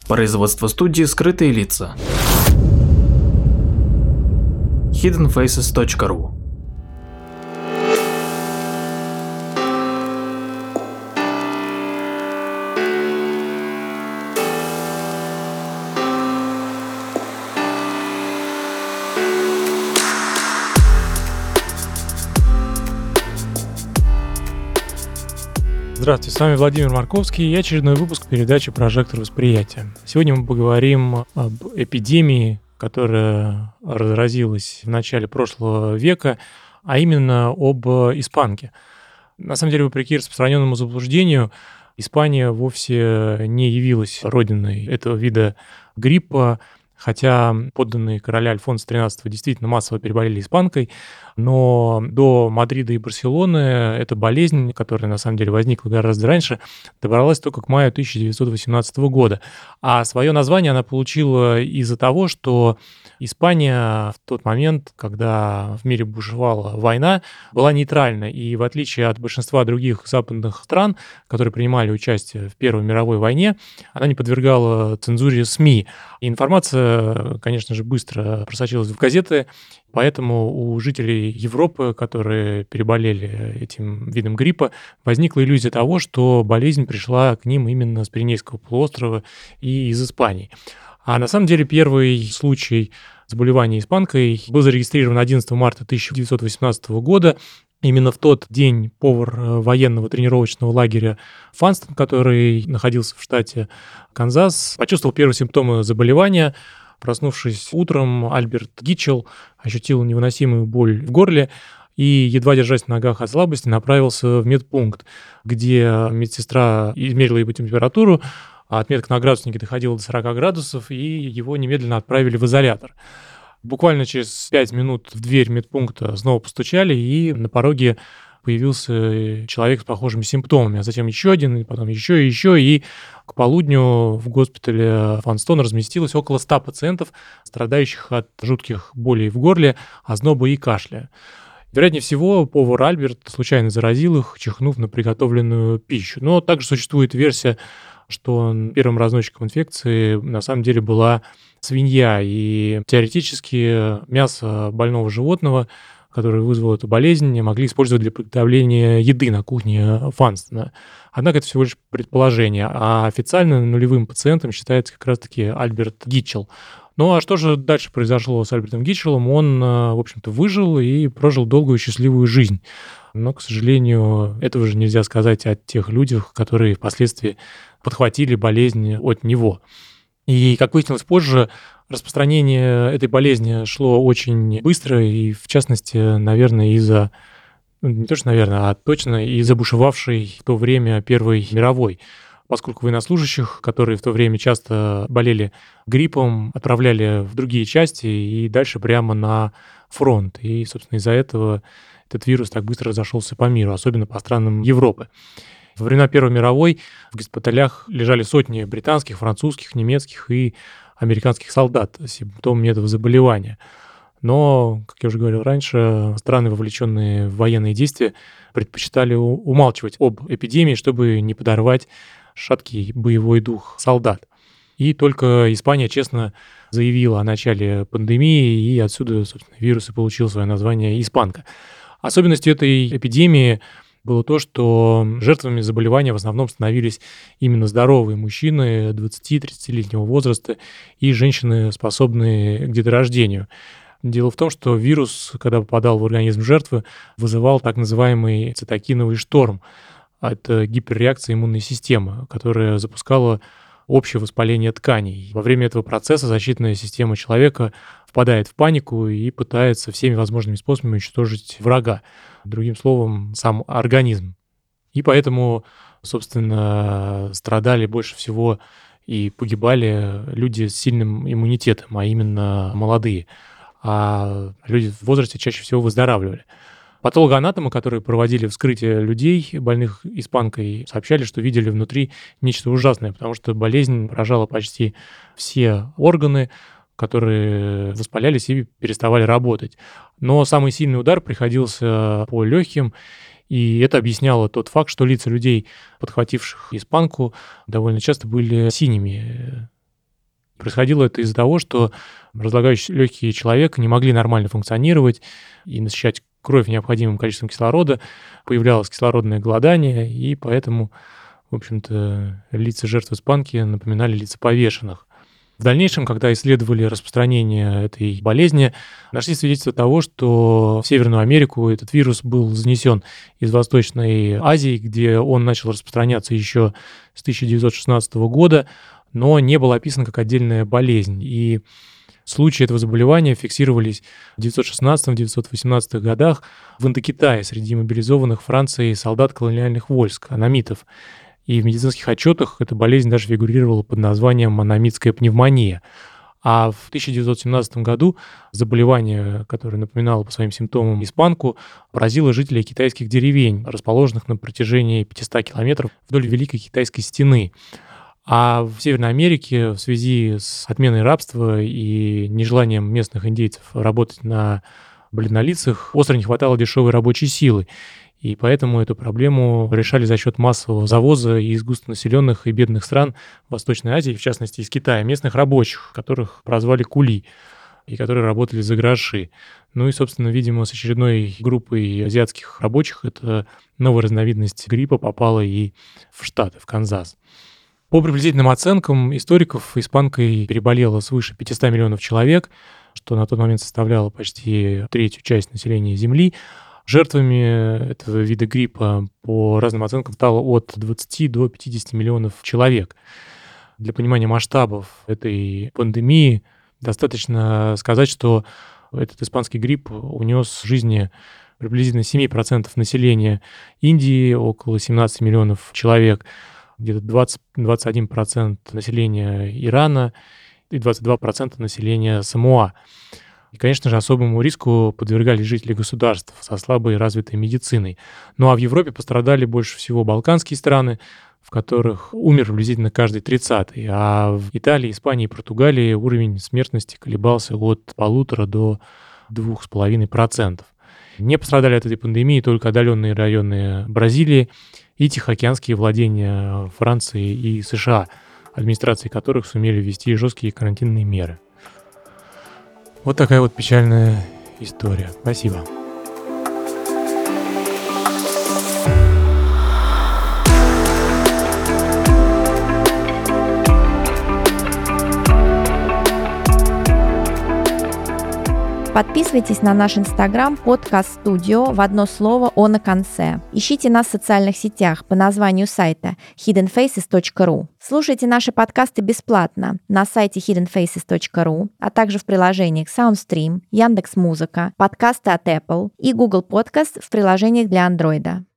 Производство студии «Скрытые лица». hiddenfaces.ru. Здравствуйте, с вами Владимир Марковский и очередной выпуск передачи «Прожектор восприятия». Сегодня мы поговорим об эпидемии, которая разразилась в начале прошлого века, а именно об испанке. На самом деле, вопреки распространенному заблуждению, Испания вовсе не явилась родиной этого вида гриппа, хотя подданные короля Альфонса XIII действительно массово переболели испанкой, но до Мадрида и Барселоны эта болезнь, которая на самом деле возникла гораздо раньше, добралась только к маю 1918 года. А свое название она получила из-за того, что Испания в тот момент, когда в мире бушевала война, была нейтральна. И в отличие от большинства других западных стран, которые принимали участие в Первой мировой войне, она не подвергала цензуре СМИ. И информация, конечно же, быстро просочилась в газеты, поэтому у жителей Европы, которые переболели этим видом гриппа, возникла иллюзия того, что болезнь пришла к ним именно с Пиренейского полуострова и из Испании. А на самом деле первый случай заболевания испанкой был зарегистрирован 11 марта 1918 года. Именно в тот день повар военного тренировочного лагеря Фанстон, который находился в штате Канзас, почувствовал первые симптомы заболевания. Проснувшись утром, Альберт Гитчелл ощутил невыносимую боль в горле и, едва держась на ногах от слабости, направился в медпункт, где медсестра измерила его температуру, а отметка на градуснике доходила до 40 градусов, и его немедленно отправили в изолятор. Буквально через 5 минут в дверь медпункта снова постучали, и на пороге появился человек с похожими симптомами, а затем еще один, и потом еще, и к полудню в госпитале Фанстон разместилось около 100 пациентов, страдающих от жутких болей в горле, озноба и кашля. Вероятнее всего, повар Альберт случайно заразил их, чихнув на приготовленную пищу. Но также существует версия, что первым разносчиком инфекции на самом деле была свинья, и теоретически мясо больного животного, которое вызвало эту болезнь, могли использовать для приготовления еды на кухне Фанстона. Однако это всего лишь предположение, а официально нулевым пациентом считается как раз-таки Альберт Гитчелл. Ну а что же дальше произошло с Альбертом Гитчеллом? Он, в общем-то, выжил и прожил долгую и счастливую жизнь. Но, к сожалению, этого же нельзя сказать о тех людях, которые впоследствии подхватили болезнь от него. И, как выяснилось позже, распространение этой болезни шло очень быстро, и, в частности, наверное, из-за, не то что наверное, а точно из-за бушевавшей в то время Первой мировой, поскольку военнослужащих, которые в то время часто болели гриппом, отправляли в другие части и дальше прямо на фронт. И, собственно, из-за этого этот вирус так быстро разошелся по миру, особенно по странам Европы. Во времена Первой мировой в госпиталях лежали сотни британских, французских, немецких и американских солдат с симптомами этого заболевания. Но, как я уже говорил раньше, страны, вовлеченные в военные действия, предпочитали умалчивать об эпидемии, чтобы не подорвать шаткий боевой дух солдат. И только Испания честно заявила о начале пандемии, и отсюда, собственно, вирус и получил свое название «испанка». Особенностью этой эпидемии было то, что жертвами заболевания в основном становились именно здоровые мужчины 20-30-летнего возраста и женщины, способные к деторождению. Дело в том, что вирус, когда попадал в организм жертвы, вызывал так называемый цитокиновый шторм. Это гиперреакция иммунной системы, которая запускала общее воспаление тканей. Во время этого процесса защитная система человека впадает в панику и пытается всеми возможными способами уничтожить врага. Другим словом, сам организм. И поэтому, собственно, страдали больше всего и погибали люди с сильным иммунитетом, а именно молодые. А люди в возрасте чаще всего выздоравливали. Патологоанатомы, которые проводили вскрытие людей, больных испанкой, сообщали, что видели внутри нечто ужасное, потому что болезнь поражала почти все органы, которые воспалялись и переставали работать. Но самый сильный удар приходился по легким, и это объясняло тот факт, что лица людей, подхвативших испанку, довольно часто были синими. Происходило это из-за того, что разлагающие легкие человека не могли нормально функционировать и насыщать кровь необходимым количеством кислорода, появлялось кислородное голодание, и поэтому, в общем-то, лица жертв испанки напоминали лица повешенных. В дальнейшем, когда исследовали распространение этой болезни, нашли свидетельства того, что в Северную Америку этот вирус был занесен из Восточной Азии, где он начал распространяться еще с 1916 года, но не был описан как отдельная болезнь. И случаи этого заболевания фиксировались в 1916-1918 годах в Индокитае среди мобилизованных Францией солдат колониальных войск, анамитов. И в медицинских отчетах эта болезнь даже фигурировала под названием анамитская пневмония. А в 1917 году заболевание, которое напоминало по своим симптомам испанку, поразило жителей китайских деревень, расположенных на протяжении 500 километров вдоль Великой Китайской стены. А в Северной Америке в связи с отменой рабства и нежеланием местных индейцев работать на бледнолицах остро не хватало дешевой рабочей силы. И поэтому эту проблему решали за счет массового завоза из густонаселенных и бедных стран Восточной Азии, в частности из Китая, местных рабочих, которых прозвали кули, и которые работали за гроши. Ну и, собственно, видимо, с очередной группой азиатских рабочих эта новая разновидность гриппа попала и в Штаты, в Канзас. По приблизительным оценкам историков, испанкой переболело свыше 500 миллионов человек, что на тот момент составляло почти третью часть населения Земли. Жертвами этого вида гриппа, по разным оценкам, стало от 20 до 50 миллионов человек. Для понимания масштабов этой пандемии достаточно сказать, что этот испанский грипп унес жизни приблизительно 7% населения Индии, около 17 миллионов человек, где-то 20-21% населения Ирана и 22% населения Самоа. И, конечно же, особому риску подвергались жители государств со слабой развитой медициной. Ну а в Европе пострадали больше всего балканские страны, в которых умер приблизительно каждый 30-й. А в Италии, Испании и Португалии уровень смертности колебался от 1,5 до 2,5%. Не пострадали от этой пандемии только отдаленные районы Бразилии и тихоокеанские владения Франции и США, администрации которых сумели ввести жесткие карантинные меры. Вот такая вот печальная история. Спасибо. Подписывайтесь на наш инстаграм «Подкаст Студио» в одно слово «О» на конце. Ищите нас в социальных сетях по названию сайта hiddenfaces.ru. Слушайте наши подкасты бесплатно на сайте hiddenfaces.ru, а также в приложениях SoundStream, Яндекс.Музыка, подкасты от Apple и Google Podcast в приложениях для Android.